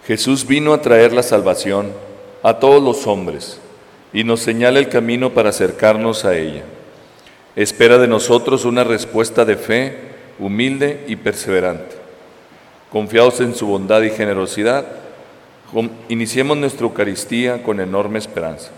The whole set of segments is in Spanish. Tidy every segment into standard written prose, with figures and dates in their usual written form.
Jesús vino a traer la salvación a todos los hombres y nos señala el camino para acercarnos a ella. Espera de nosotros una respuesta de fe, humilde y perseverante. Confiados en su bondad y generosidad, iniciemos nuestra Eucaristía con enorme esperanza.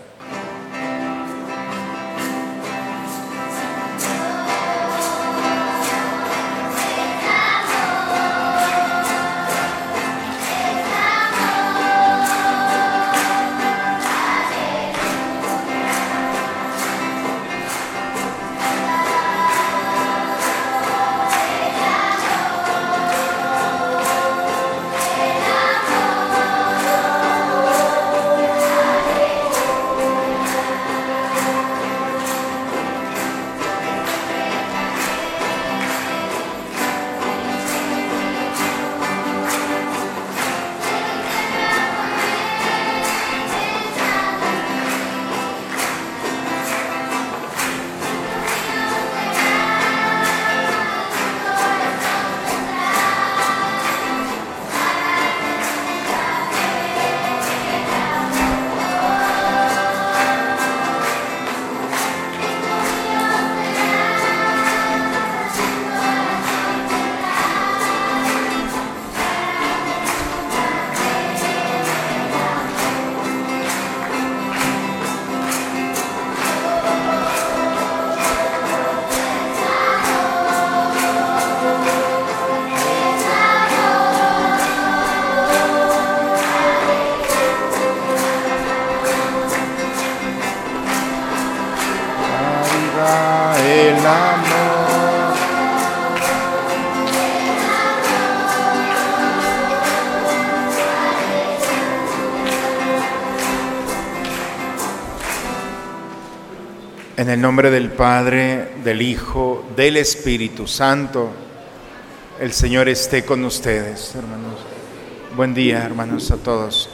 En el nombre del Padre, del Hijo, del Espíritu Santo, el Señor esté con ustedes, hermanos. Buen día, hermanos, a todos.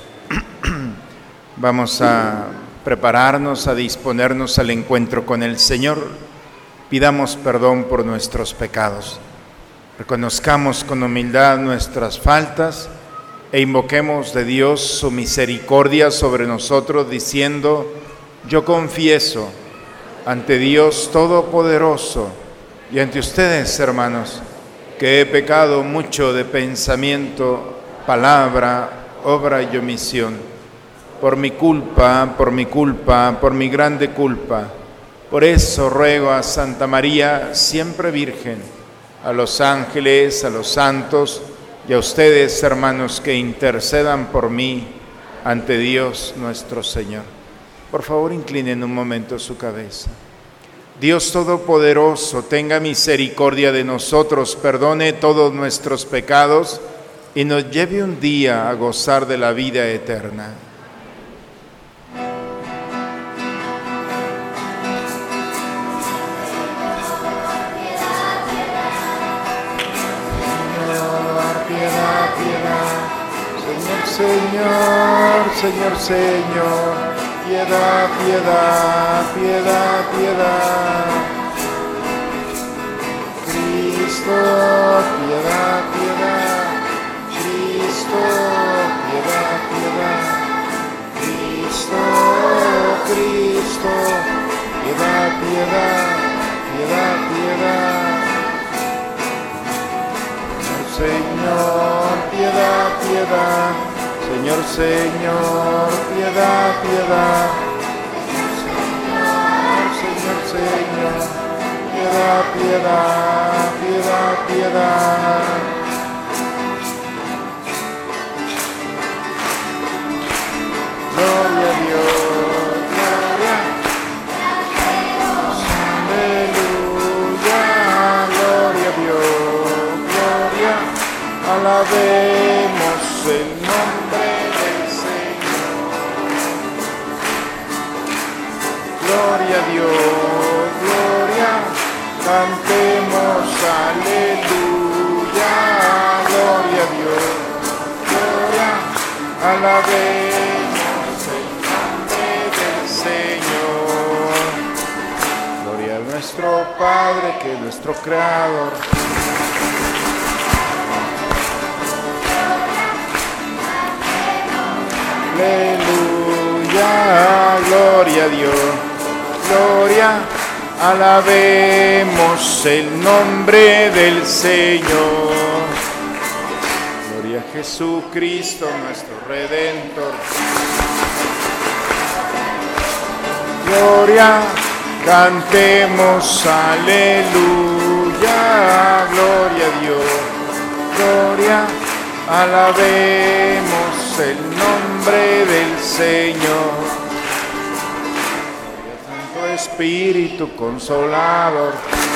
Vamos a prepararnos, a disponernos al encuentro con el Señor. Pidamos perdón por nuestros pecados. Reconozcamos con humildad nuestras faltas e invoquemos de Dios su misericordia sobre nosotros, diciendo: yo confieso ante Dios Todopoderoso y ante ustedes, hermanos, que he pecado mucho de pensamiento, palabra, obra y omisión, por mi culpa, por mi grande culpa. Por eso ruego a Santa María, siempre Virgen, a los ángeles, a los santos y a ustedes, hermanos, que intercedan por mí ante Dios nuestro Señor. Por favor, inclinen un momento su cabeza. Dios Todopoderoso, tenga misericordia de nosotros, perdone todos nuestros pecados y nos lleve un día a gozar de la vida eterna. Señor, piedad, Cristo, piedad, Cristo, piedad, Cristo, piedad. Señor, piedad. Señor, piedad. Señor, piedad. Gloria a Dios, gloria. Aleluya, gloria a Dios, gloria. Alabemos el nombre del Señor. Gloria a Dios, gloria. Cantemos aleluya, gloria a Dios, gloria. Alabemos el nombre del Señor. Gloria a nuestro Padre, que es nuestro Creador. aleluya, gloria a Dios, gloria, alabemos el nombre del Señor. Gloria a Jesucristo, nuestro Redentor. Gloria, cantemos aleluya, gloria a Dios, gloria, alabemos el nombre del Señor. Santo Espíritu Consolador,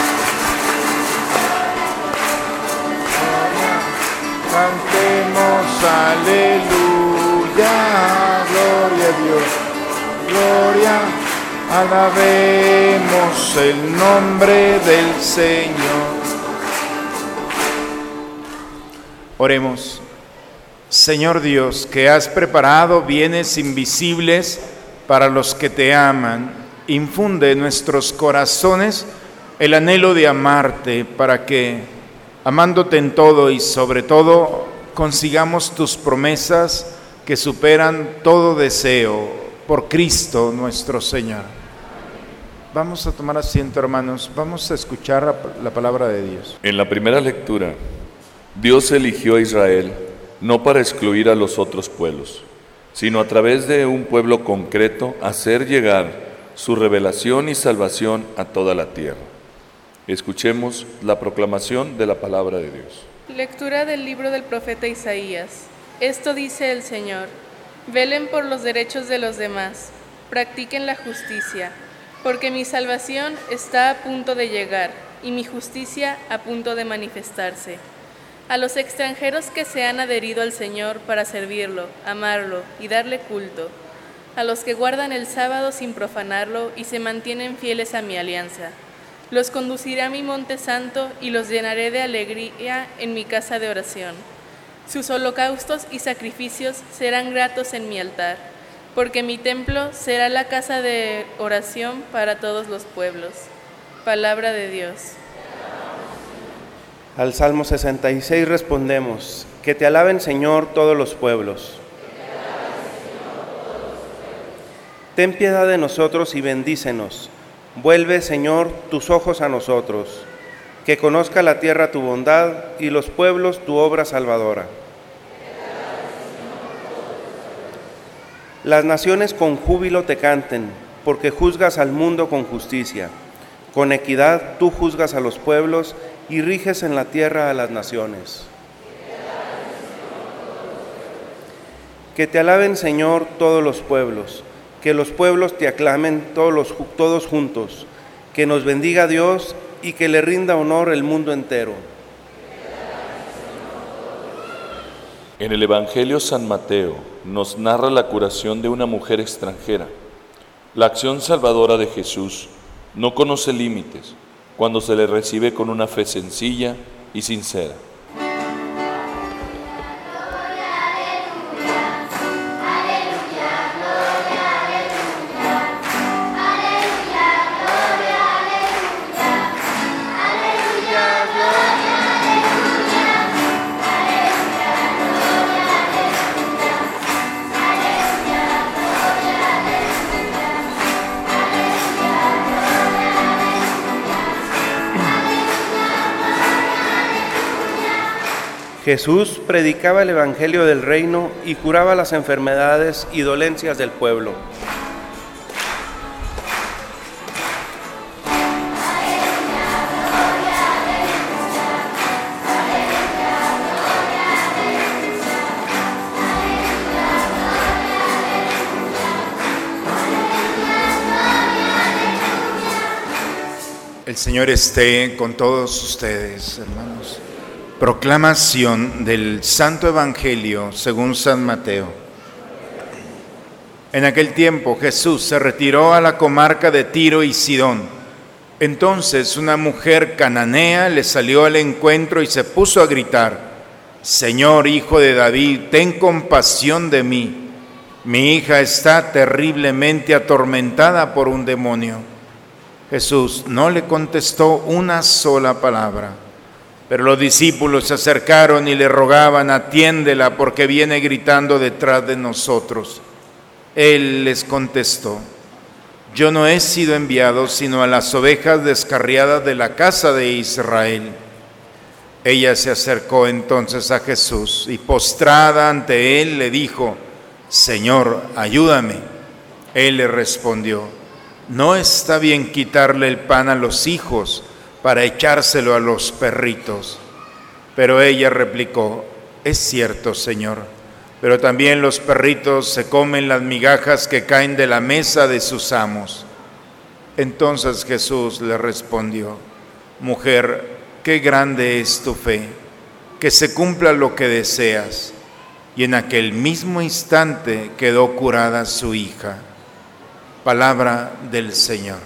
cantemos aleluya, gloria a Dios, gloria, alabemos el nombre del Señor. Oremos. Señor Dios, que has preparado bienes invisibles para los que te aman, infunde en nuestros corazones el anhelo de amarte, para que, amándote en todo y sobre todo, consigamos tus promesas que superan todo deseo, por Cristo nuestro Señor. Vamos a tomar asiento, hermanos, vamos a escuchar la palabra de Dios. En la primera lectura, Dios eligió a Israel no para excluir a los otros pueblos, sino a través de un pueblo concreto hacer llegar su revelación y salvación a toda la tierra. Escuchemos la proclamación de la palabra de Dios. Lectura del libro del profeta Isaías. Esto dice el Señor: velen por los derechos de los demás, practiquen la justicia, porque mi salvación está a punto de llegar y mi justicia a punto de manifestarse. A los extranjeros que se han adherido al Señor para servirlo, amarlo y darle culto, a los que guardan el sábado sin profanarlo y se mantienen fieles a mi alianza, los conduciré a mi monte santo y los llenaré de alegría en mi casa de oración. Sus holocaustos y sacrificios serán gratos en mi altar, porque mi templo será la casa de oración para todos los pueblos. Palabra de Dios. Al Salmo 66 respondemos: que te alaben, Señor, todos los pueblos. Ten piedad de nosotros y bendícenos. Vuelve, Señor, tus ojos a nosotros. Que conozca la tierra tu bondad y los pueblos tu obra salvadora. Las naciones con júbilo te canten, porque juzgas al mundo con justicia. Con equidad tú juzgas a los pueblos y riges en la tierra a las naciones. Que te alaben, Señor, todos los pueblos. Que los pueblos te aclamen todos juntos. Que nos bendiga Dios y que le rinda honor el mundo entero. En el Evangelio San Mateo nos narra la curación de una mujer extranjera. La acción salvadora de Jesús no conoce límites cuando se le recibe con una fe sencilla y sincera. Jesús predicaba el Evangelio del reino y curaba las enfermedades y dolencias del pueblo. El Señor esté con todos ustedes, hermanos. Proclamación del Santo Evangelio según San Mateo. En aquel tiempo Jesús se retiró a la comarca de Tiro y Sidón. Entonces una mujer cananea le salió al encuentro y se puso a gritar: Señor, Hijo de David, ten compasión de mí. Mi hija está terriblemente atormentada por un demonio. Jesús no le contestó una sola palabra. Pero los discípulos se acercaron y le rogaban: atiéndela, porque viene gritando detrás de nosotros. Él les contestó: yo no he sido enviado sino a las ovejas descarriadas de la casa de Israel. Ella se acercó entonces a Jesús y postrada ante él le dijo: Señor, ayúdame. Él le respondió: no está bien quitarle el pan a los hijos para echárselo a los perritos. Pero ella replicó: es cierto, Señor, pero también los perritos se comen las migajas que caen de la mesa de sus amos. Entonces Jesús le respondió: mujer, qué grande es tu fe, que se cumpla lo que deseas. Y en aquel mismo instante quedó curada su hija. Palabra del Señor.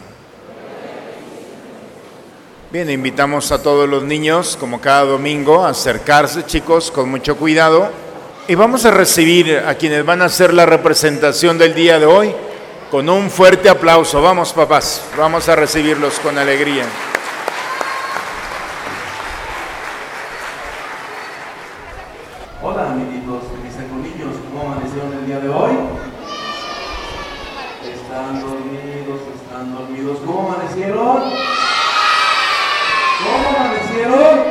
Bien, invitamos a todos los niños, como cada domingo, a acercarse, chicos, con mucho cuidado. Y vamos a recibir a quienes van a hacer la representación del día de hoy con un fuerte aplauso. Vamos, papás, vamos a recibirlos con alegría. Hola, amiguitos, mis niños, ¿cómo amanecieron el día de hoy? ¿Están dormidos? ¿Cómo amanecieron? ¿Cómo amanecieron?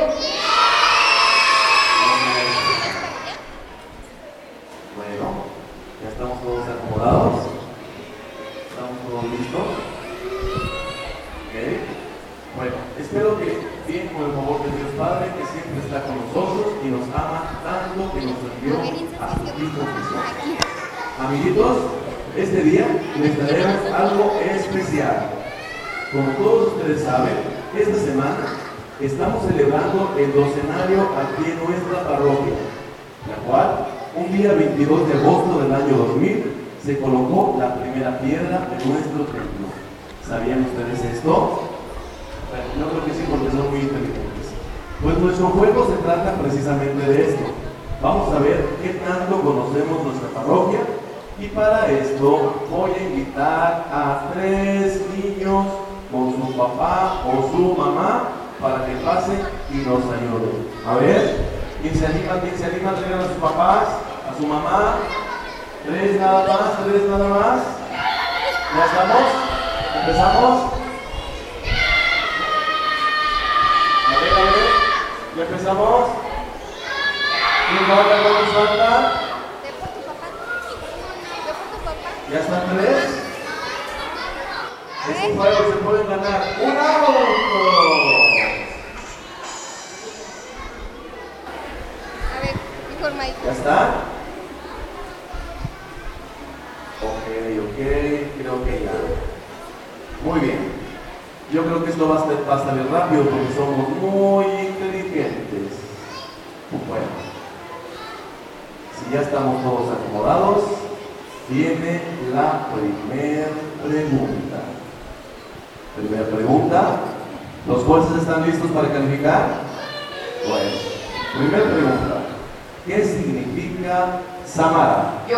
Bueno, ya estamos todos acomodados. ¿Estamos todos listos? ¿Ok? Bueno, espero que bien, con el favor de Dios Padre, que siempre está con nosotros y nos ama tanto que nos envió a su Hijo Jesús. Amiguitos, este día les traemos algo especial. Como todos ustedes saben, esta semana estamos celebrando el docenario aquí en nuestra parroquia, la cual, un día 22 de agosto del año 2000, se colocó la primera piedra de nuestro templo. ¿Sabían ustedes esto? Bueno, yo creo que sí, porque son muy inteligentes. Pues nuestro juego se trata precisamente de esto. Vamos a ver qué tanto conocemos nuestra parroquia, y para esto voy a invitar a 3 niños con su papá o su mamá para que pasen y nos ayuden. A ver, ¿quién se anima a tener a sus papás, a su mamá? 3 nada más. ¿Ya estamos? ¿Empezamos? A ver, ¿ya empezamos? ¿Quién falta? ¿Cuántos faltan? ¿Ya están 3? Estos juegos se pueden ganar un auto. A ver, informadito. ¿Ya está? Ok, creo que ya. Muy bien. Yo creo que esto va a salir rápido porque somos muy inteligentes. Bueno, si ya estamos todos acomodados, viene la primera pregunta. Primera pregunta. ¿Los jueces están listos para calificar? Bueno, primera pregunta. ¿Qué significa Samara? Yo.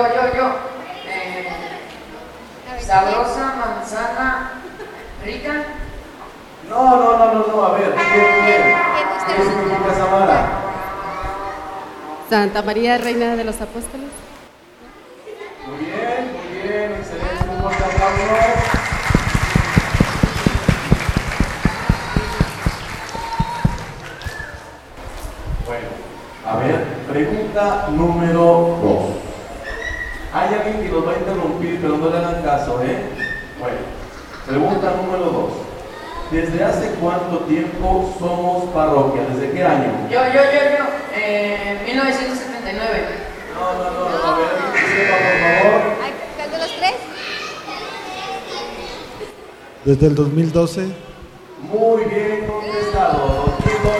Sabrosa, manzana, rica. No. A ver, ¿qué significa Samara? Santa María, Reina de los Apóstoles. Muy bien, excelente, un fuerte aplauso. Bueno, a ver, pregunta número 2. Hay alguien que nos va a interrumpir, pero no le hagan caso, ¿eh? Bueno, pregunta número 2. ¿Desde hace cuánto tiempo somos parroquia? ¿Desde qué año? Yo. 1979. No, a ver, alguien que sepa, por favor. ¿Cuál de los 3? Desde el 2012. Muy bien contestado. 2012.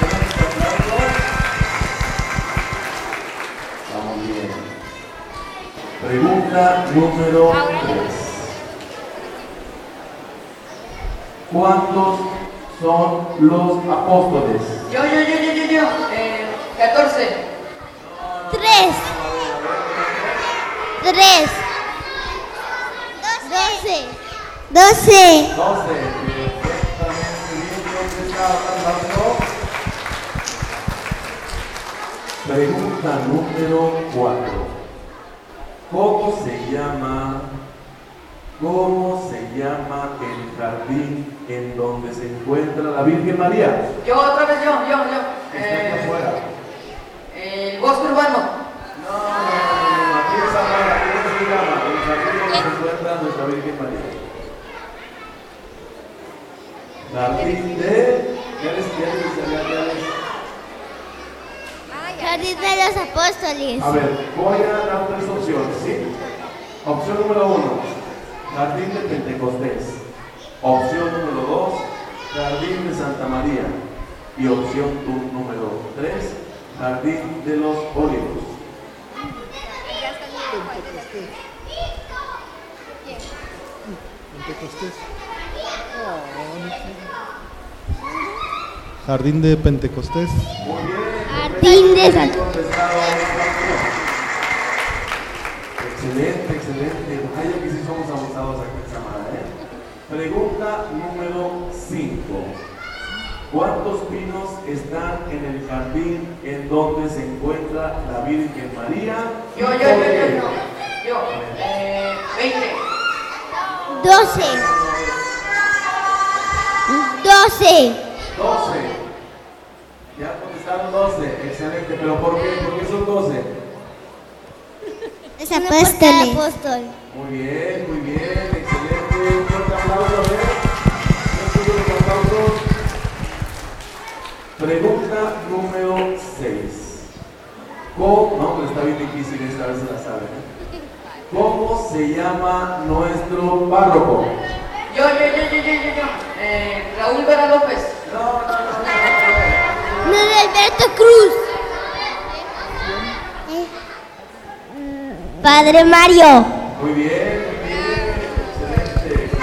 Estamos bien. Pregunta número 3. ¿Cuántos son los apóstoles? Yo. 14. 3. 12. Perfectamente bien contestado. Pregunta número 4. ¿Cómo se llama el jardín en donde se encuentra la Virgen María? Yo, otra vez yo. Está aquí afuera. El bosque urbano. No, aquí es afuera. ¿Cómo se llama el jardín donde se encuentra nuestra Virgen María? Jardín de... Jardín de los Apóstoles. A ver, voy a dar 3 opciones, ¿sí? Opción número 1, Jardín de Pentecostés. Opción número 2, Jardín de Santa María. Y opción número 3, Jardín de los Olivos. Pentecostés. Jardín de Pentecostés. Muy bien. Jardín de Santa Excelente. Vaya que sí somos abusados aquí en Samara, ¿eh? Pregunta número 5. ¿Cuántos pinos están en el jardín en donde se encuentra la Virgen María? Yo. 20. 12. 12. Ya contestaron 12. Excelente. ¿Pero por qué? ¿Por qué son 12? Los Apóstoles. Muy bien. Excelente. Un fuerte aplauso. A ver. Los aplausos. Pregunta número 6. No, pero está bien difícil, esta vez se la saben, ¿eh? ¿Cómo se llama nuestro párroco? Yo. Raúl Vera López. No de Alberto Cruz. Padre Mario. Muy bien. Excelente.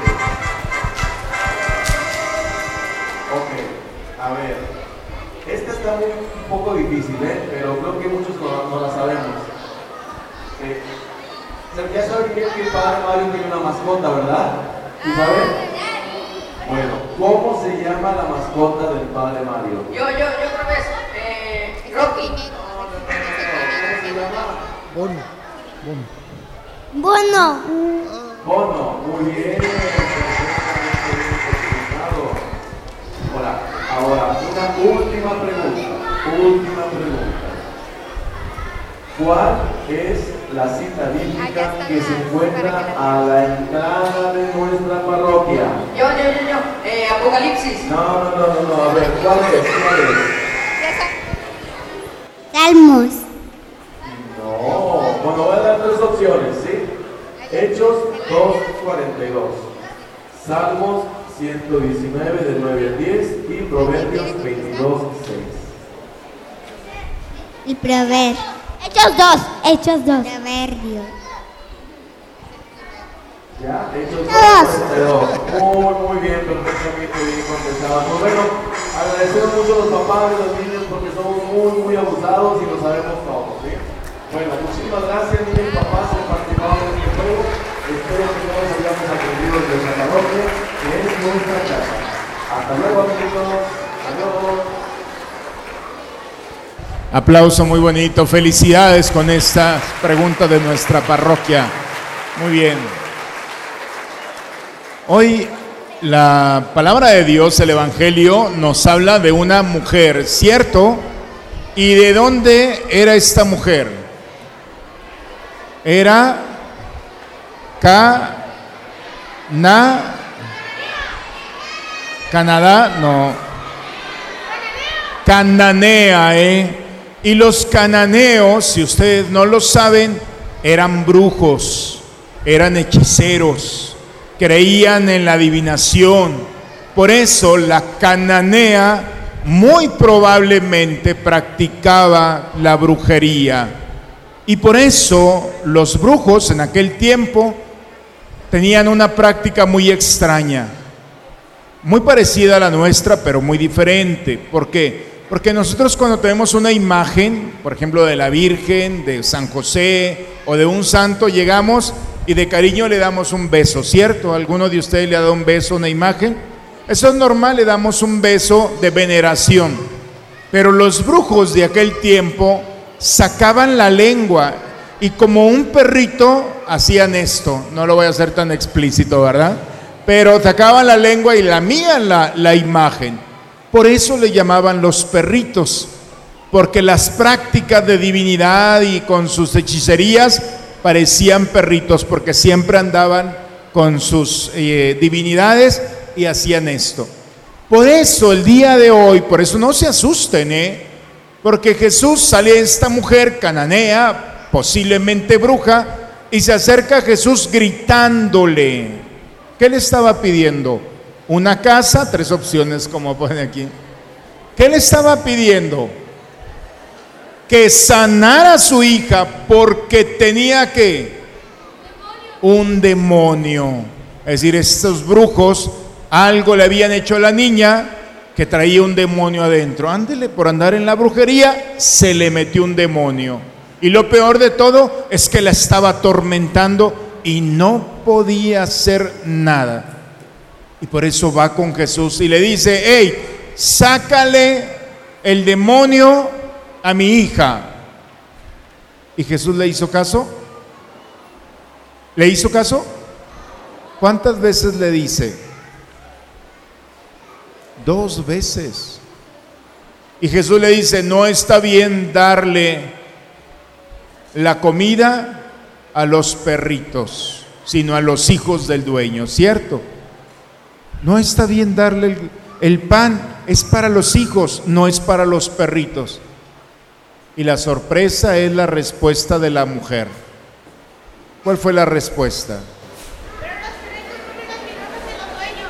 Ok, a ver. Esta está un poco difícil, pero creo que muchos no la sabemos. Ya saben que el Padre Mario tiene una mascota, ¿verdad? ¿Sí saben? Bueno, ¿cómo se llama la mascota del Padre Mario? Yo otra vez. Rocky. ¿Cómo se llama? Bono. Bono, muy bien. Ahora, una última pregunta. ¿Cuál es la cita bíblica que se encuentra a la entrada de nuestra parroquia? Yo. Apocalipsis. No. A ver, ¿cuál es? Salmos. No. Bueno, voy a dar 3 opciones, ¿sí? Hechos 2:42. Salmos 119 del 9 al 10 y Proverbios 22:6. Y Proverbios. Hechos 2. Proverbios. Ya, Hechos 2:42. Muy bien, perfectamente bien contestado. Pues bueno, agradecemos mucho a los papás de los niños porque somos muy abusados y lo sabemos todo, ¿sí? Bueno, muchísimas gracias, niños y papás, por participar en este juego. Espero que todos hayamos aprendido de nuestra parroquia, que es nuestra casa. Hasta luego, amigos. Adiós. Aplauso muy bonito. Felicidades con esta pregunta de nuestra parroquia. Muy bien. Hoy la palabra de Dios, el Evangelio, nos habla de una mujer, ¿cierto? ¿Y de dónde era esta mujer? Era Canadá, no. Cananea, Y los cananeos, si ustedes no lo saben, eran brujos, eran hechiceros, creían en la adivinación. Por eso la cananea muy probablemente practicaba la brujería. Y por eso los brujos en aquel tiempo tenían una práctica muy extraña, muy parecida a la nuestra, pero muy diferente. ¿Por qué? Porque nosotros cuando tenemos una imagen, por ejemplo de la Virgen, de San José o de un santo, llegamos y de cariño le damos un beso, ¿cierto? ¿Alguno de ustedes le ha dado un beso a una imagen? Eso es normal, le damos un beso de veneración. Pero los brujos de aquel tiempo sacaban la lengua y como un perrito hacían esto. No lo voy a hacer tan explícito, ¿verdad? Pero sacaban la lengua y lamían la imagen. Por eso le llamaban los perritos, porque las prácticas de divinidad y con sus hechicerías parecían perritos, porque siempre andaban con sus divinidades y hacían esto. Por eso el día de hoy, por eso no se asusten, porque Jesús sale esta mujer cananea, posiblemente bruja, y se acerca a Jesús gritándole. ¿Qué le estaba pidiendo? Una casa, 3 opciones como pone aquí. ¿Qué le estaba pidiendo? Que sanara a su hija porque tenía que un demonio. Es decir, estos brujos algo le habían hecho a la niña que traía un demonio adentro. Ándele, por andar en la brujería se le metió un demonio. Y lo peor de todo es que la estaba atormentando y no podía hacer nada. Y por eso va con Jesús y le dice: hey, sácale el demonio a mi hija. ¿Y Jesús le hizo caso? ¿Le hizo caso? ¿Cuántas veces le dice? 2 veces. Y Jesús le dice: no está bien darle la comida a los perritos, sino a los hijos del dueño, ¿cierto? No está bien darle el pan, es para los hijos, no es para los perritos. Y la sorpresa es la respuesta de la mujer. ¿Cuál fue la respuesta? Pero los perritos comen las migajas de los dueños.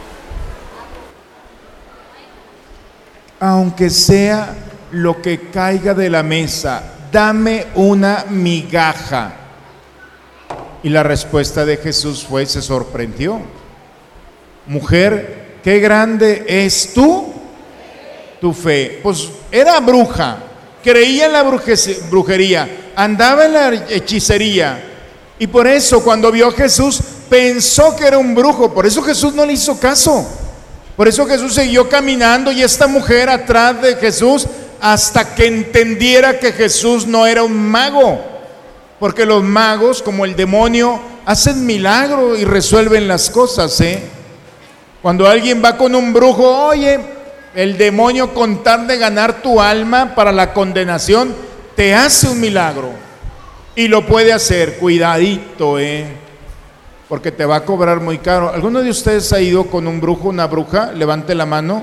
Aunque sea lo que caiga de la mesa, dame una migaja. Y la respuesta de Jesús fue, se sorprendió: mujer, qué grande es tu fe. Pues era bruja, creía en la brujería, andaba en la hechicería, y por eso cuando vio a Jesús pensó que era un brujo. Por eso Jesús no le hizo caso. Por eso Jesús siguió caminando y esta mujer atrás de Jesús hasta que entendiera que Jesús no era un mago, porque los magos, como el demonio, hacen milagros y resuelven las cosas, Cuando alguien va con un brujo, oye, el demonio, con tal de ganar tu alma para la condenación, te hace un milagro y lo puede hacer. Cuidadito, porque te va a cobrar muy caro. ¿Alguno de ustedes ha ido con un brujo, una bruja? Levante la mano.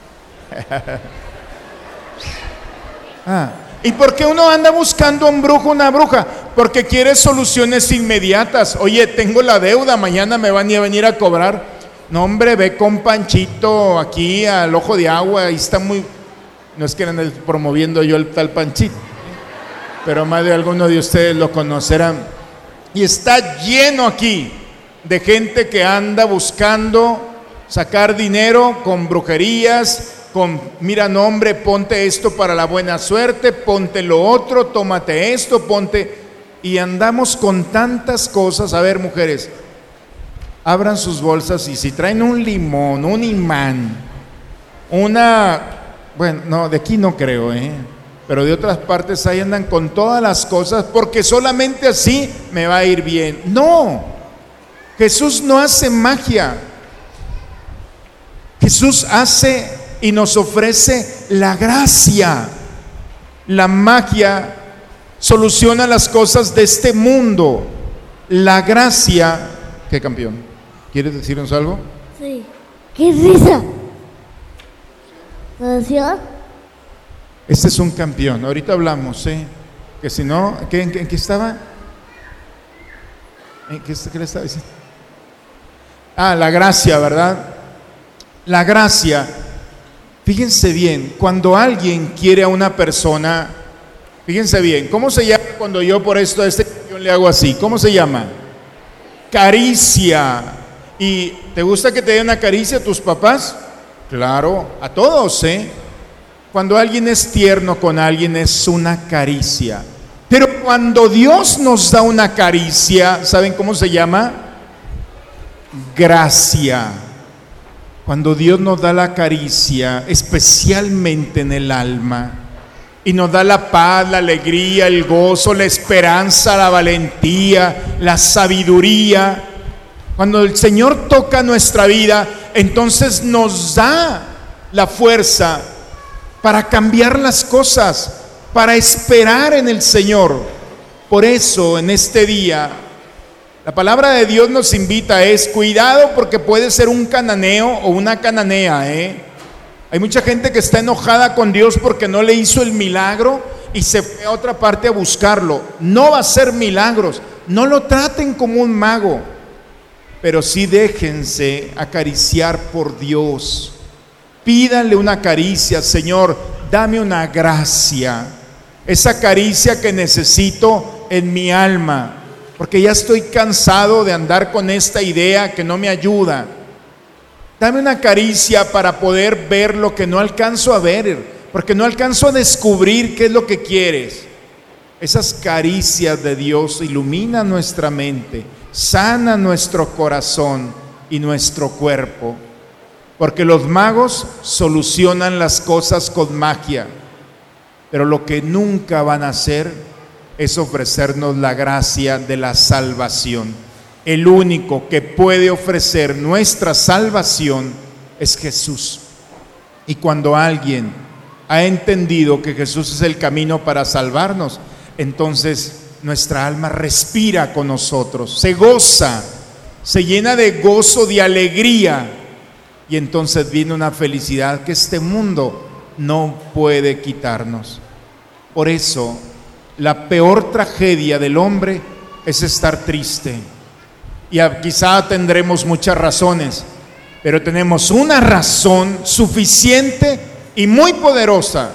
¿Y por qué uno anda buscando un brujo, una bruja? Porque quiere soluciones inmediatas. Oye, tengo la deuda, mañana me van a venir a cobrar. No, hombre, ve con Panchito aquí al Ojo de Agua, y está muy... No es que ande promoviendo yo el tal Panchito, pero más de alguno de ustedes lo conocerán. Y está lleno aquí de gente que anda buscando sacar dinero con brujerías, mira, no, hombre, ponte esto para la buena suerte, ponte lo otro, tómate esto, ponte... Y andamos con tantas cosas. A ver, mujeres, abran sus bolsas y si traen un limón, un imán, bueno, no, de aquí no creo, pero de otras partes ahí andan con todas las cosas porque solamente así me va a ir bien. No, Jesús no hace magia. Jesús hace y nos ofrece la gracia. La magia soluciona las cosas de este mundo. La gracia... ¿Qué, campeón? ¿Quieres decirnos algo? Sí. ¿Qué risa? ¿Oración? Este es un campeón. Ahorita hablamos, que si no, ¿en qué estaba? ¿Qué le estaba diciendo? La gracia, ¿verdad? La gracia. Fíjense bien, cuando alguien quiere a una persona, fíjense bien, ¿cómo se llama cuando yo por esto a este campeón le hago así? ¿Cómo se llama? Caricia. ¿Y te gusta que te den una caricia a tus papás? Claro, a todos, Cuando alguien es tierno con alguien es una caricia. Pero cuando Dios nos da una caricia, ¿saben cómo se llama? Gracia. Cuando Dios nos da la caricia, especialmente en el alma, y nos da la paz, la alegría, el gozo, la esperanza, la valentía, la sabiduría. Cuando el Señor toca nuestra vida, entonces nos da la fuerza para cambiar las cosas, para esperar en el Señor. Por eso, en este día, la palabra de Dios nos invita cuidado, porque puede ser un cananeo o una cananea, Hay mucha gente que está enojada con Dios porque no le hizo el milagro y se fue a otra parte a buscarlo. No va a ser milagros, no lo traten como un mago, pero sí déjense acariciar por Dios. Pídanle una caricia: Señor, dame una gracia, esa caricia que necesito en mi alma, porque ya estoy cansado de andar con esta idea que no me ayuda. Dame una caricia para poder ver lo que no alcanzo a ver, porque no alcanzo a descubrir qué es lo que quieres. Esas caricias de Dios iluminan nuestra mente, sanan nuestro corazón y nuestro cuerpo, porque los magos solucionan las cosas con magia, pero lo que nunca van a hacer es ofrecernos la gracia de la salvación. El único que puede ofrecer nuestra salvación es Jesús. Y cuando alguien ha entendido que Jesús es el camino para salvarnos, entonces nuestra alma respira con nosotros, se goza, se llena de gozo, de alegría, y entonces viene una felicidad que este mundo no puede quitarnos. Por eso, la peor tragedia del hombre es estar triste. Y quizá tendremos muchas razones, pero tenemos una razón suficiente y muy poderosa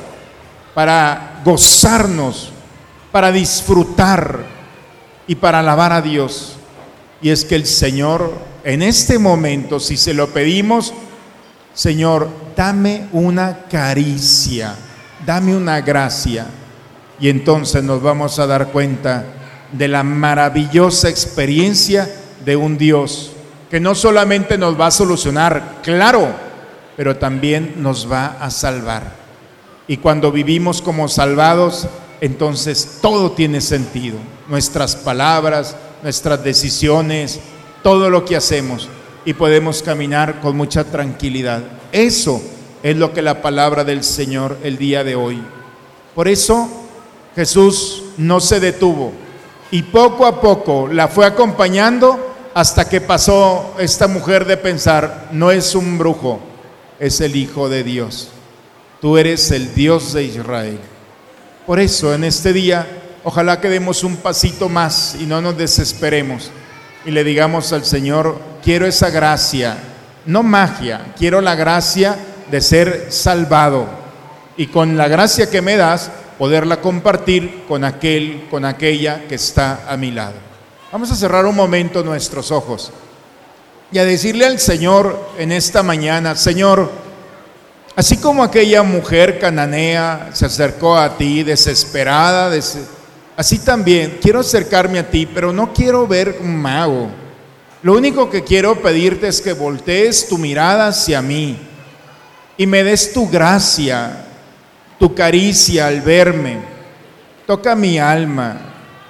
para gozarnos, para disfrutar y para alabar a Dios. Y es que el Señor, en este momento, si se lo pedimos: Señor, dame una caricia, dame una gracia. Y entonces nos vamos a dar cuenta de la maravillosa experiencia de un Dios que no solamente nos va a solucionar, claro, pero también nos va a salvar. Y cuando vivimos como salvados, entonces todo tiene sentido. Nuestras palabras, nuestras decisiones, todo lo que hacemos, y podemos caminar con mucha tranquilidad. Eso es lo que la palabra del Señor el día de hoy. Por eso Jesús no se detuvo y poco a poco la fue acompañando, hasta que pasó esta mujer de pensar: no es un brujo, es el Hijo de Dios. Tú eres el Dios de Israel. Por eso en este día, ojalá que demos un pasito más y no nos desesperemos y le digamos al Señor: quiero esa gracia, no magia, quiero la gracia de ser salvado, y con la gracia que me das, poderla compartir con aquel, con aquella que está a mi lado. Vamos a cerrar un momento nuestros ojos y a decirle al Señor en esta mañana: Señor, así como aquella mujer cananea se acercó a ti desesperada, así también quiero acercarme a ti, pero no quiero ver un mago. Lo único que quiero pedirte es que voltees tu mirada hacia mí y me des tu gracia, tu caricia al verme. Toca mi alma,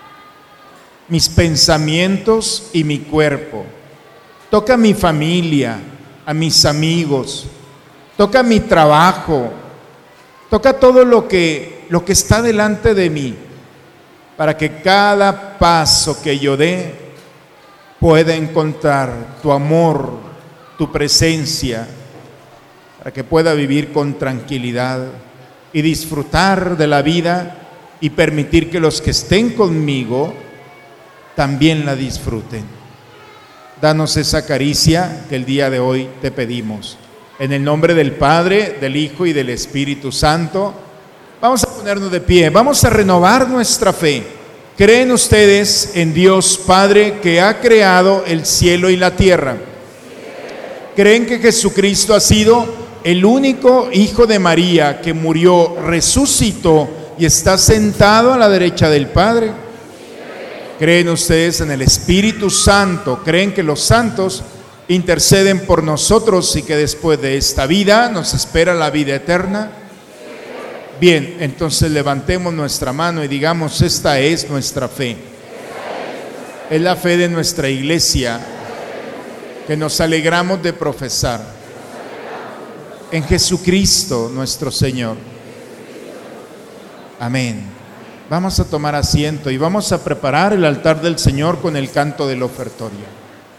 mis pensamientos y mi cuerpo. Toca a mi familia, a mis amigos. Toca mi trabajo. Toca todo lo que está delante de mí, para que cada paso que yo dé pueda encontrar tu amor, tu presencia, para que pueda vivir con tranquilidad y disfrutar de la vida y permitir que los que estén conmigo también la disfruten. Danos esa caricia que el día de hoy te pedimos. En el nombre del Padre, del Hijo y del Espíritu Santo, vamos a ponernos de pie, vamos a renovar nuestra fe. ¿Creen ustedes en Dios Padre que ha creado el cielo y la tierra? ¿Creen que Jesucristo ha sido el único Hijo de María que murió, resucitó y está sentado a la derecha del Padre? ¿Creen ustedes en el Espíritu Santo? ¿Creen que los santos interceden por nosotros y que después de esta vida nos espera la vida eterna. Bien, entonces levantemos nuestra mano y digamos: esta es nuestra fe. Es la fe de nuestra iglesia que nos alegramos de profesar en Jesucristo nuestro Señor. Amén. Vamos a tomar asiento y vamos a preparar el altar del Señor con el canto del ofertorio.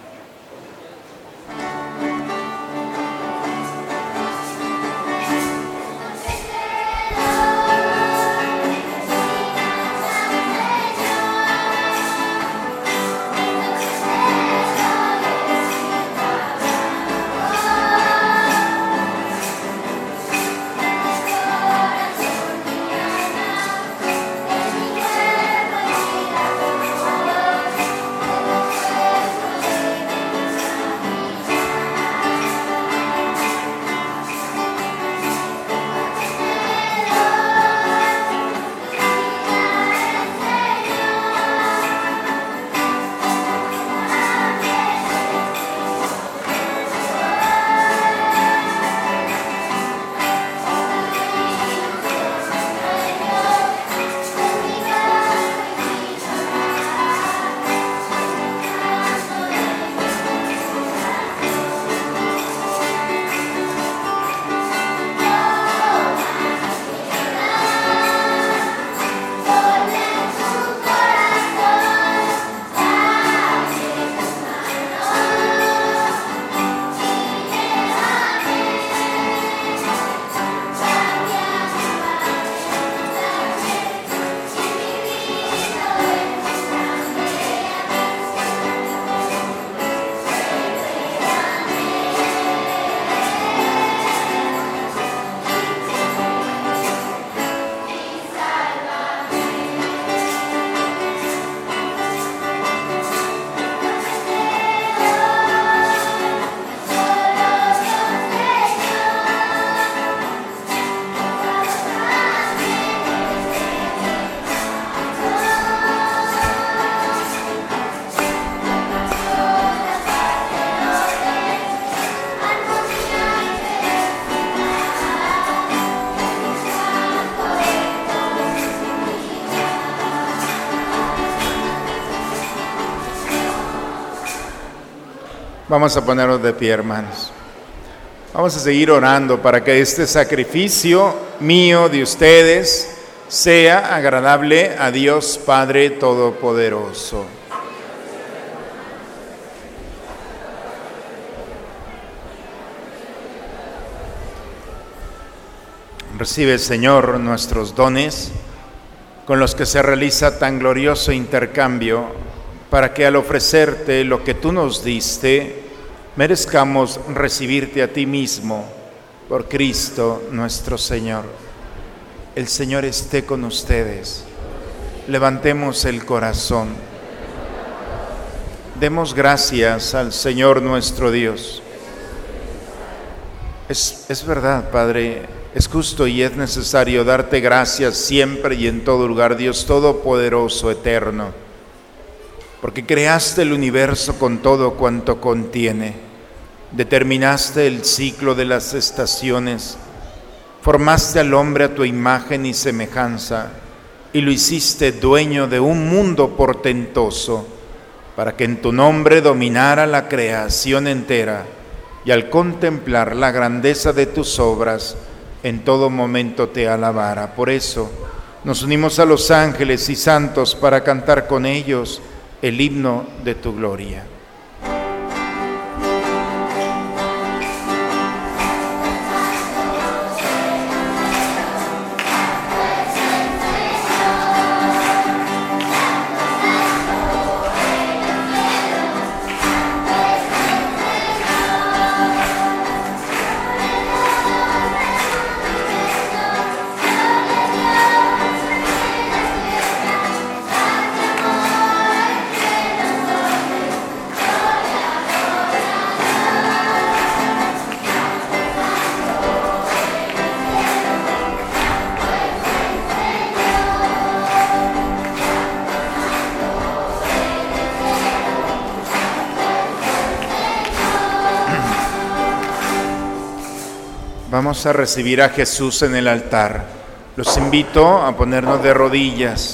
Vamos a ponernos de pie, hermanos. Vamos a seguir orando para que este sacrificio mío de ustedes sea agradable a Dios Padre Todopoderoso. Recibe, Señor, nuestros dones con los que se realiza tan glorioso intercambio, para que al ofrecerte lo que tú nos diste, merezcamos recibirte a ti mismo, por Cristo nuestro Señor. El Señor esté con ustedes. Levantemos el corazón. Demos gracias al Señor nuestro Dios. Es verdad, Padre, es justo y es necesario darte gracias siempre y en todo lugar, Dios Todopoderoso, eterno, porque creaste el universo con todo cuanto contiene, determinaste el ciclo de las estaciones, formaste al hombre a tu imagen y semejanza, y lo hiciste dueño de un mundo portentoso, para que en tu nombre dominara la creación entera, y al contemplar la grandeza de tus obras, en todo momento te alabara. Por eso nos unimos a los ángeles y santos para cantar con ellos el himno de tu gloria. Vamos a recibir a Jesús en el altar. Los invito a ponernos de rodillas.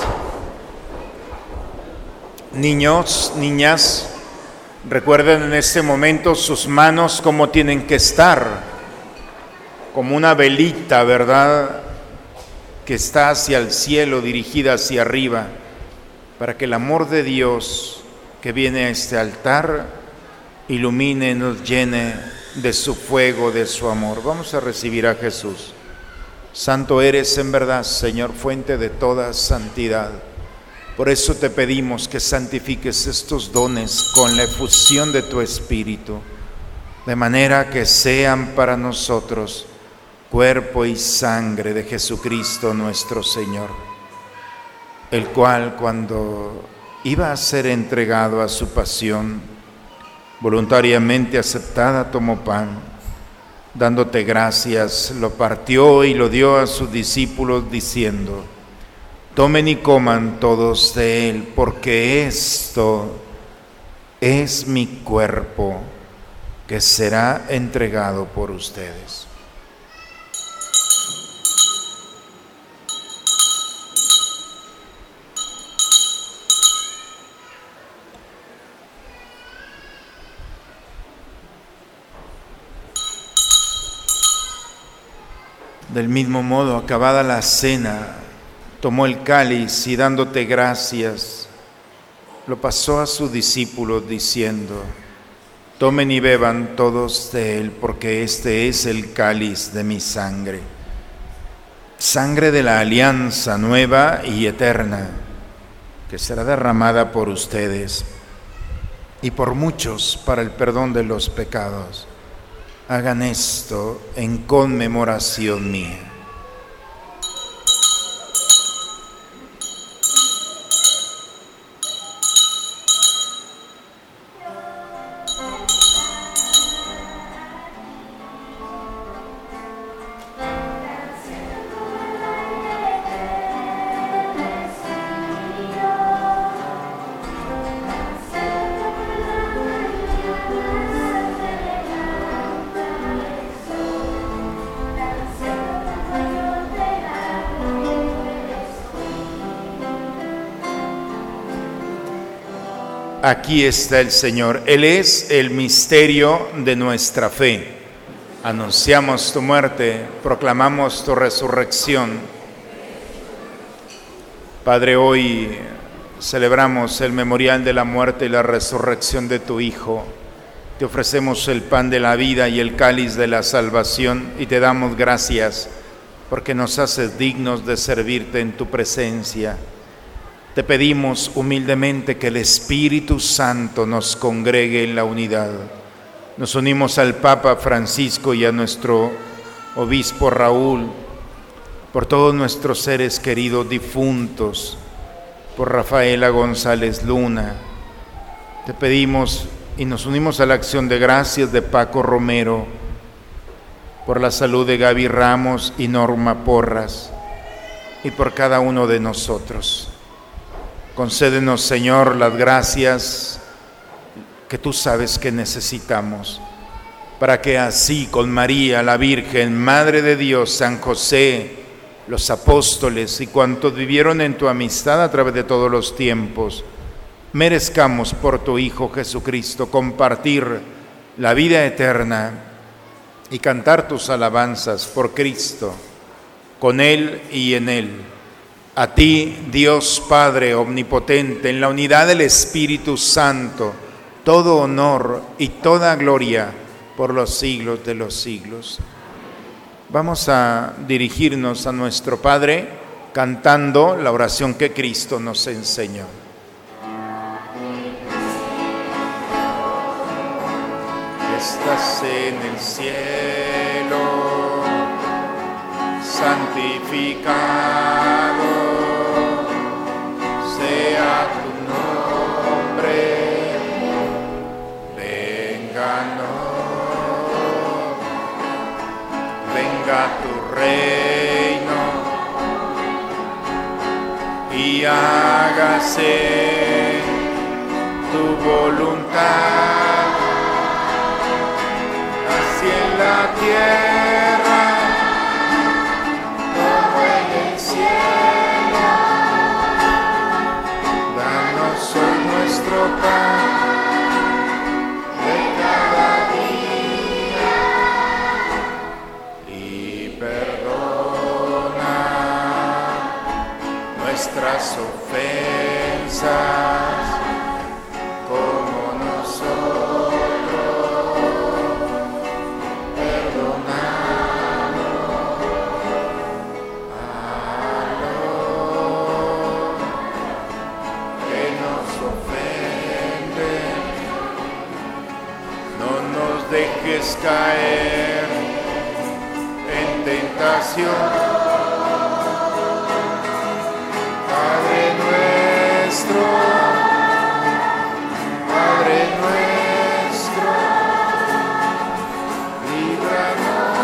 Niños, niñas, recuerden en este momento sus manos cómo tienen que estar, como una velita, ¿verdad?, que está hacia el cielo, dirigida hacia arriba, para que el amor de Dios que viene a este altar ilumine, nos llene de su fuego, de su amor. Vamos a recibir a Jesús. Santo eres en verdad, Señor, fuente de toda santidad. Por eso te pedimos que santifiques estos dones con la efusión de tu Espíritu, de manera que sean para nosotros cuerpo y sangre de Jesucristo nuestro Señor, el cual, cuando iba a ser entregado a su pasión, voluntariamente aceptada, tomó pan, dándote gracias, lo partió y lo dio a sus discípulos, diciendo: tomen y coman todos de él, porque esto es mi cuerpo, que será entregado por ustedes. Del mismo modo, acabada la cena, tomó el cáliz y dándote gracias, lo pasó a sus discípulos diciendo: tomen y beban todos de él, porque este es el cáliz de mi sangre, sangre de la alianza nueva y eterna, que será derramada por ustedes y por muchos para el perdón de los pecados. Hagan esto en conmemoración mía. Aquí está el Señor. Él es el misterio de nuestra fe. Anunciamos tu muerte, proclamamos tu resurrección. Padre, hoy celebramos el memorial de la muerte y la resurrección de tu Hijo. Te ofrecemos el pan de la vida y el cáliz de la salvación y te damos gracias porque nos haces dignos de servirte en tu presencia. Te pedimos humildemente que el Espíritu Santo nos congregue en la unidad. Nos unimos al Papa Francisco y a nuestro Obispo Raúl, por todos nuestros seres queridos difuntos, por Rafaela González Luna. Te pedimos y nos unimos a la acción de gracias de Paco Romero, por la salud de Gaby Ramos y Norma Porras, y por cada uno de nosotros. Concédenos, Señor, las gracias que tú sabes que necesitamos, para que así con María, la Virgen, Madre de Dios, San José, los apóstoles y cuantos vivieron en tu amistad a través de todos los tiempos, merezcamos por tu Hijo Jesucristo compartir la vida eterna y cantar tus alabanzas por Cristo, con Él y en Él. A ti, Dios Padre omnipotente, en la unidad del Espíritu Santo, todo honor y toda gloria por los siglos de los siglos. Vamos a dirigirnos a nuestro Padre cantando la oración que Cristo nos enseñó. Estás en el cielo, santificado sea tu nombre, venga tu reino y hágase tu voluntad, así en la tierra dejes caer en tentación. Padre nuestro, líbranos.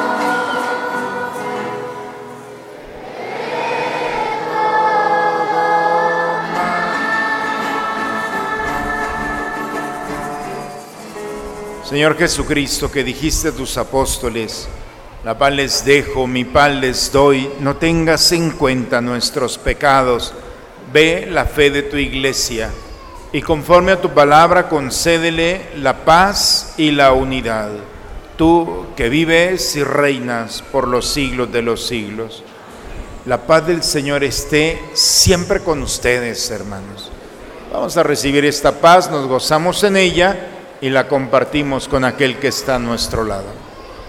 Señor Jesucristo, que dijiste a tus apóstoles, la paz les dejo, mi paz les doy, no tengas en cuenta nuestros pecados, ve la fe de tu iglesia y conforme a tu palabra concédele la paz y la unidad. Tú que vives y reinas por los siglos de los siglos. La paz del Señor esté siempre con ustedes, hermanos. Vamos a recibir esta paz, nos gozamos en ella y la compartimos con aquel que está a nuestro lado.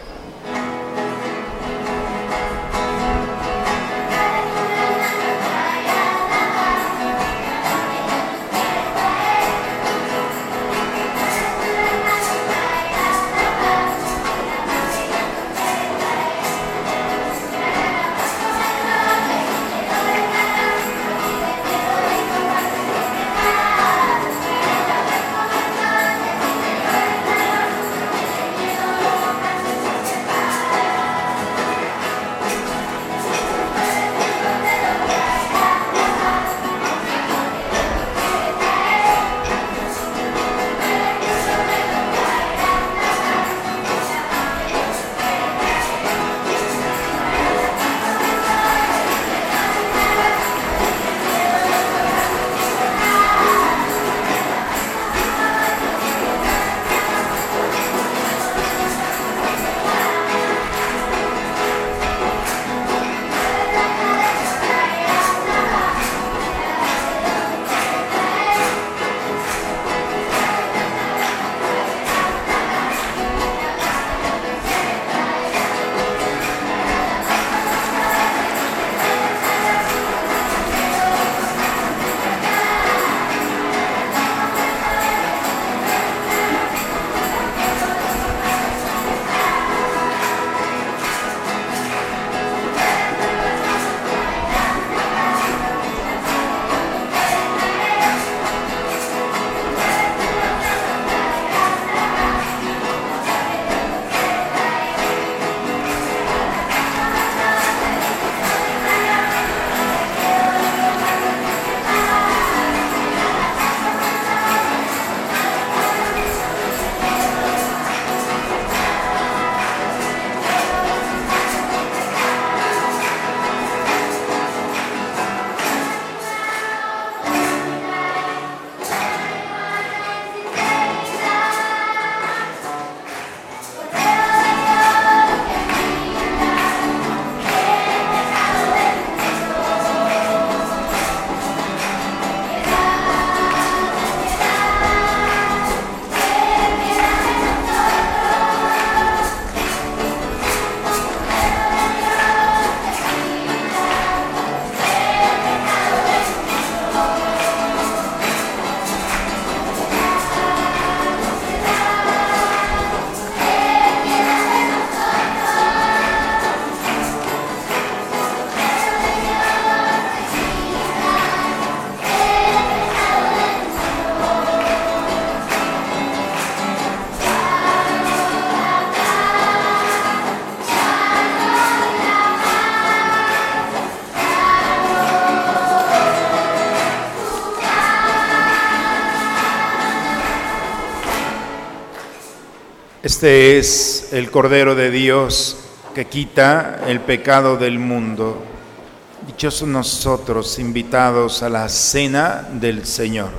Este es el Cordero de Dios que quita el pecado del mundo. Dichosos nosotros invitados a la cena del Señor.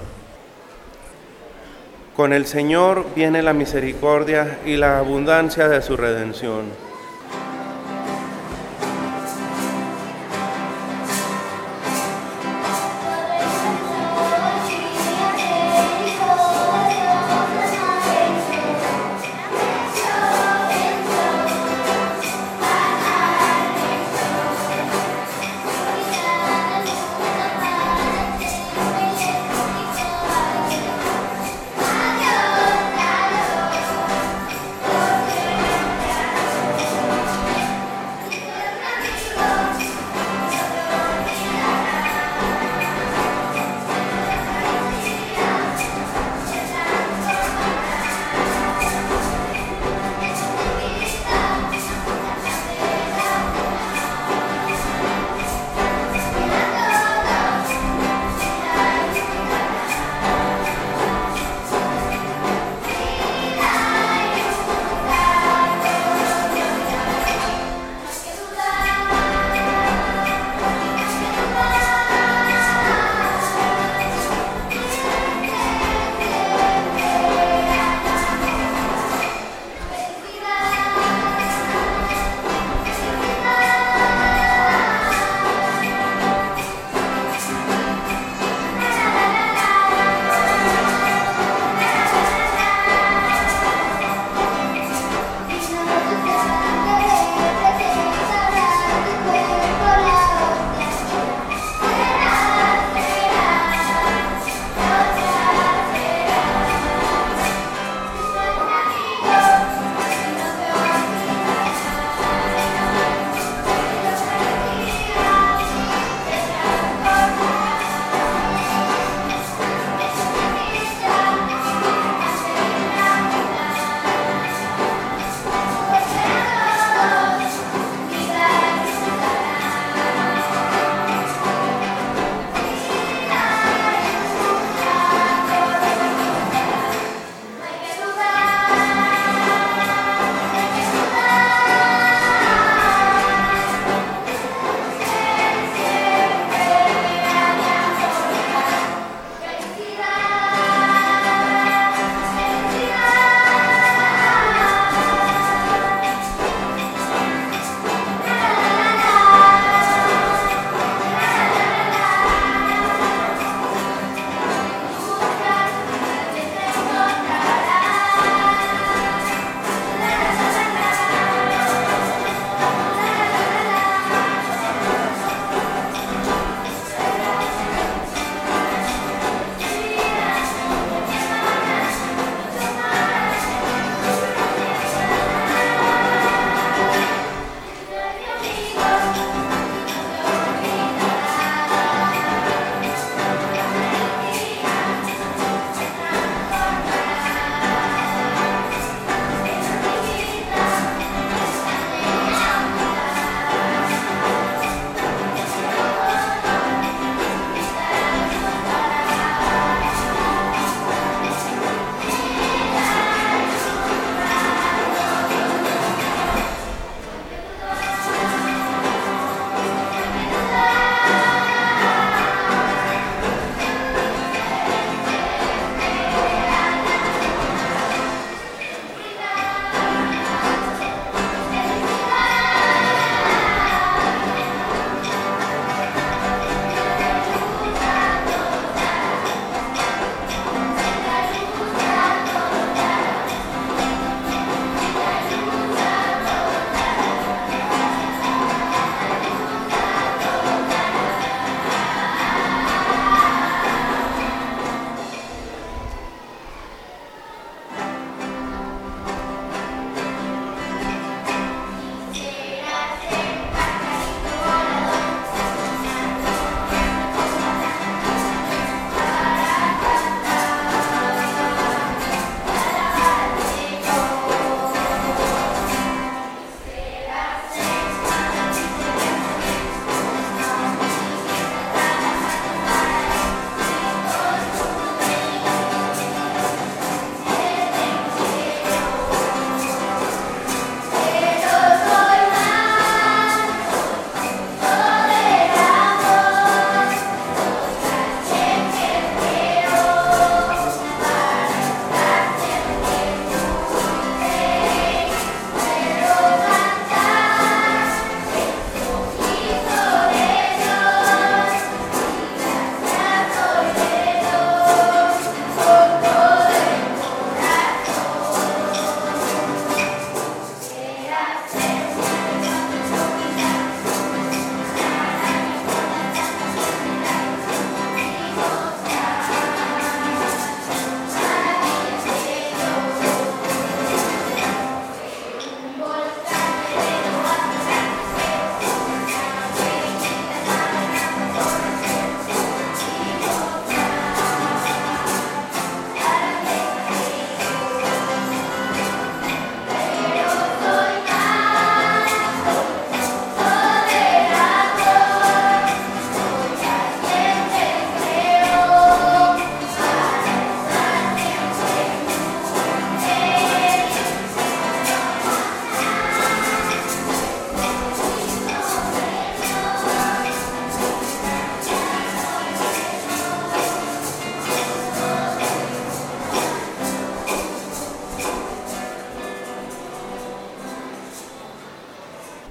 Con el Señor viene la misericordia y la abundancia de su redención.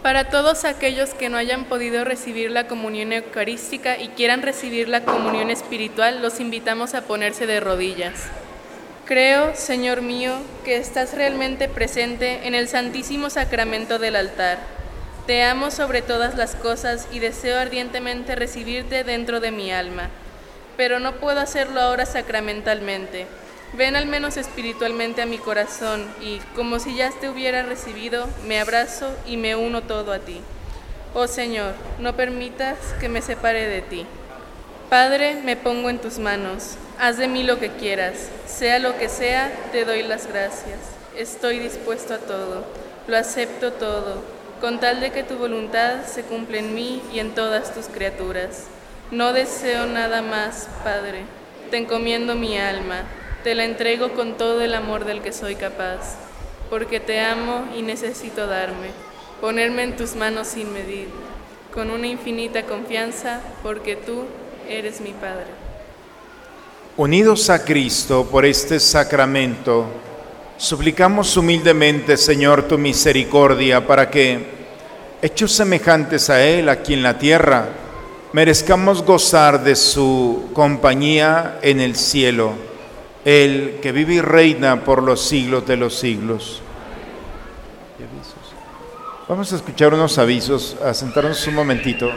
Para todos aquellos que no hayan podido recibir la comunión eucarística y quieran recibir la comunión espiritual, los invitamos a ponerse de rodillas. Creo, Señor mío, que estás realmente presente en el Santísimo Sacramento del altar. Te amo sobre todas las cosas y deseo ardientemente recibirte dentro de mi alma, pero no puedo hacerlo ahora sacramentalmente. Ven al menos espiritualmente a mi corazón y, como si ya te hubiera recibido, me abrazo y me uno todo a ti. Oh Señor, no permitas que me separe de ti. Padre, me pongo en tus manos. Haz de mí lo que quieras. Sea lo que sea, te doy las gracias. Estoy dispuesto a todo. Lo acepto todo, con tal de que tu voluntad se cumpla en mí y en todas tus criaturas. No deseo nada más, Padre. Te encomiendo mi alma. Te la entrego con todo el amor del que soy capaz, porque te amo y necesito ponerme en tus manos sin medir, con una infinita confianza, porque tú eres mi Padre. Unidos a Cristo por este sacramento, suplicamos humildemente, Señor, tu misericordia, para que, hechos semejantes a Él aquí en la tierra, merezcamos gozar de su compañía en el cielo. El que vive y reina por los siglos de los siglos. Vamos a escuchar unos avisos, a sentarnos un momentito.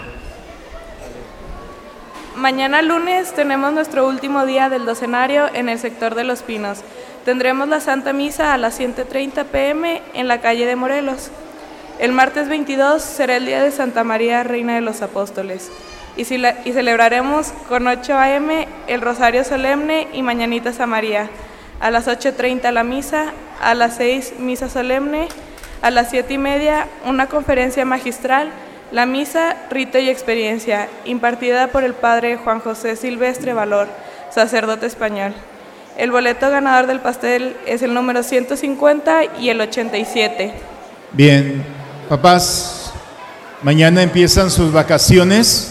Mañana lunes tenemos nuestro último día del docenario en el sector de Los Pinos. Tendremos la Santa Misa a las 7:30 p.m. en la calle de Morelos. El martes 22 será el día de Santa María, Reina de los Apóstoles. Y celebraremos con 8 a.m. el Rosario Solemne y Mañanitas a María. A las 8:30 la misa, a las 6 misa solemne, a las 7:30 una conferencia magistral, la misa, rito y experiencia, impartida por el Padre Juan José Silvestre Valor, sacerdote español. El boleto ganador del pastel es el número 150 y el 87. Bien, papás, mañana empiezan sus vacaciones.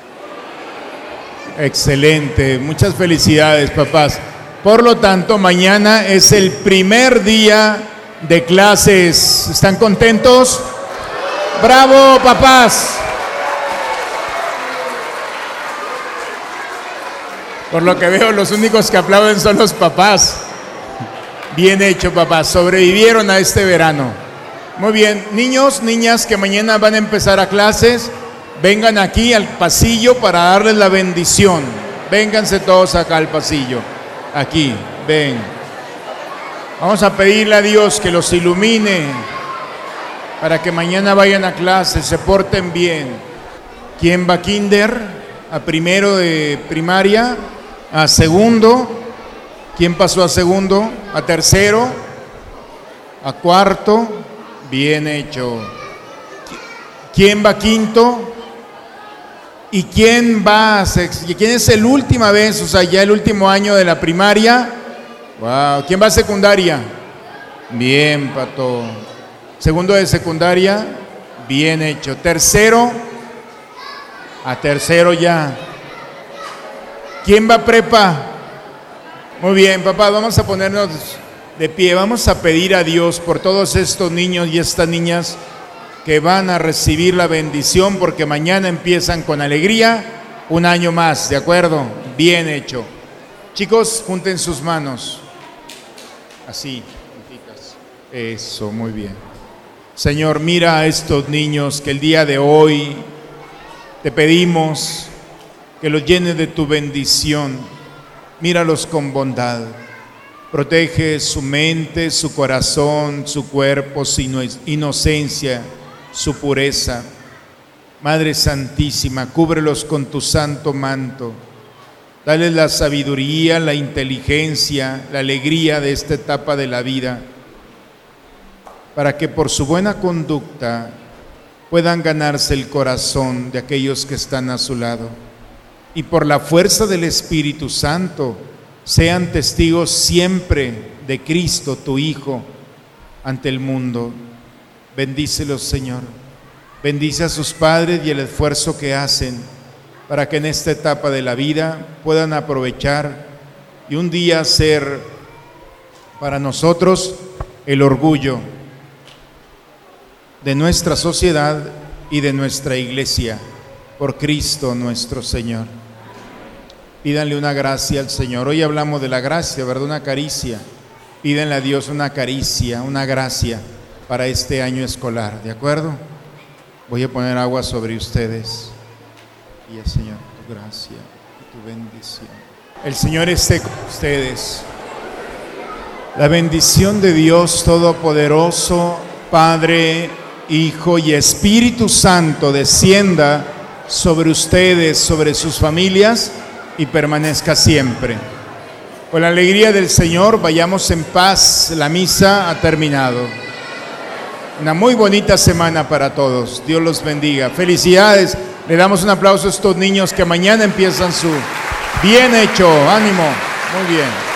Excelente, muchas felicidades, papás. Por lo tanto, mañana es el primer día de clases. ¿Están contentos? ¡Bravo, papás! Por lo que veo, los únicos que aplauden son los papás. Bien hecho, papás. Sobrevivieron a este verano. Muy bien, niños, niñas que mañana van a empezar a clases, vengan aquí al pasillo para darles la bendición. Vénganse todos acá al pasillo. Aquí, ven. Vamos a pedirle a Dios que los ilumine para que mañana vayan a clase, se porten bien. ¿Quién va a kinder? ¿A primero de primaria? ¿A segundo? ¿Quién pasó a segundo? ¿A tercero? ¿A cuarto? Bien hecho. ¿Quién va a quinto? ¿Y quién va a sexto? ¿Quién es el última vez, o sea, ya el último año de la primaria? Wow. ¿Quién va a secundaria? Bien, Pato. Segundo de secundaria, bien hecho. Tercero, a tercero ya. ¿Quién va a prepa? Muy bien, papá, vamos a ponernos de pie. Vamos a pedir a Dios por todos estos niños y estas niñas que van a recibir la bendición, porque mañana empiezan con alegría un año más, ¿de acuerdo? Bien hecho. Chicos, junten sus manos. Así, juntitas. Eso, muy bien. Señor, mira a estos niños que el día de hoy te pedimos que los llenes de tu bendición. Míralos con bondad. Protege su mente, su corazón, su cuerpo, su inocencia, su pureza. Madre Santísima, cúbrelos con tu santo manto. Dale la sabiduría, la inteligencia, la alegría de esta etapa de la vida, para que por su buena conducta puedan ganarse el corazón de aquellos que están a su lado. Y por la fuerza del Espíritu Santo, sean testigos siempre de Cristo, tu Hijo, ante el mundo. Bendícelos, Señor. Bendice a sus padres y el esfuerzo que hacen para que en esta etapa de la vida puedan aprovechar y un día ser para nosotros el orgullo de nuestra sociedad y de nuestra iglesia, por Cristo nuestro Señor. Pídanle una gracia al Señor. Hoy hablamos de la gracia, ¿verdad? Una caricia. Pídanle a Dios una caricia, una gracia para este año escolar, ¿de acuerdo? Voy a poner agua sobre ustedes. Y el Señor, tu gracia y tu bendición. El Señor esté con ustedes. La bendición de Dios Todopoderoso, Padre, Hijo y Espíritu Santo, descienda sobre ustedes, sobre sus familias y permanezca siempre. Con la alegría del Señor, vayamos en paz. La misa ha terminado. Una muy bonita semana para todos. Dios los bendiga. Felicidades. Le damos un aplauso a estos niños que mañana empiezan su bien hecho. Ánimo. Muy bien.